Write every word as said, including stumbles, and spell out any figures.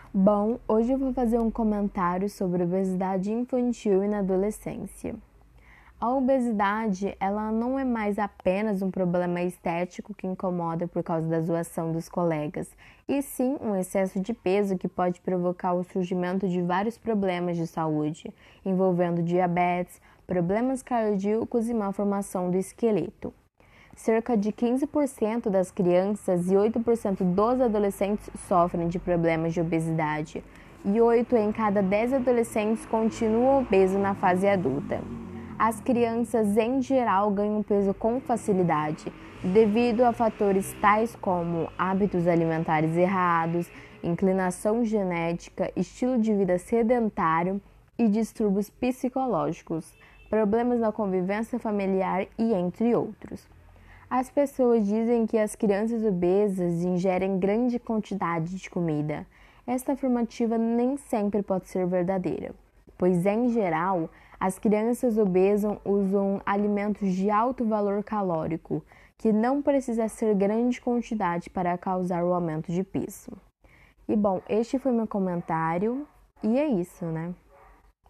Bom, hoje eu vou fazer um comentário sobre obesidade infantil e na adolescência. A obesidade, ela não é mais apenas um problema estético que incomoda por causa da zoação dos colegas, e sim um excesso de peso que pode provocar o surgimento de vários problemas de saúde, envolvendo diabetes, problemas cardíacos e malformação do esqueleto. Cerca de quinze por cento das crianças e oito por cento dos adolescentes sofrem de problemas de obesidade, e oito em cada dez adolescentes continuam obesos na fase adulta. As crianças, em geral, ganham peso com facilidade, devido a fatores tais como hábitos alimentares errados, inclinação genética, estilo de vida sedentário e distúrbios psicológicos, problemas na convivência familiar e entre outros. As pessoas dizem que as crianças obesas ingerem grande quantidade de comida. Esta afirmativa nem sempre pode ser verdadeira, pois, em geral, as crianças obesas usam alimentos de alto valor calórico, que não precisa ser grande quantidade para causar o aumento de peso. E bom, este foi meu comentário, e é isso, né?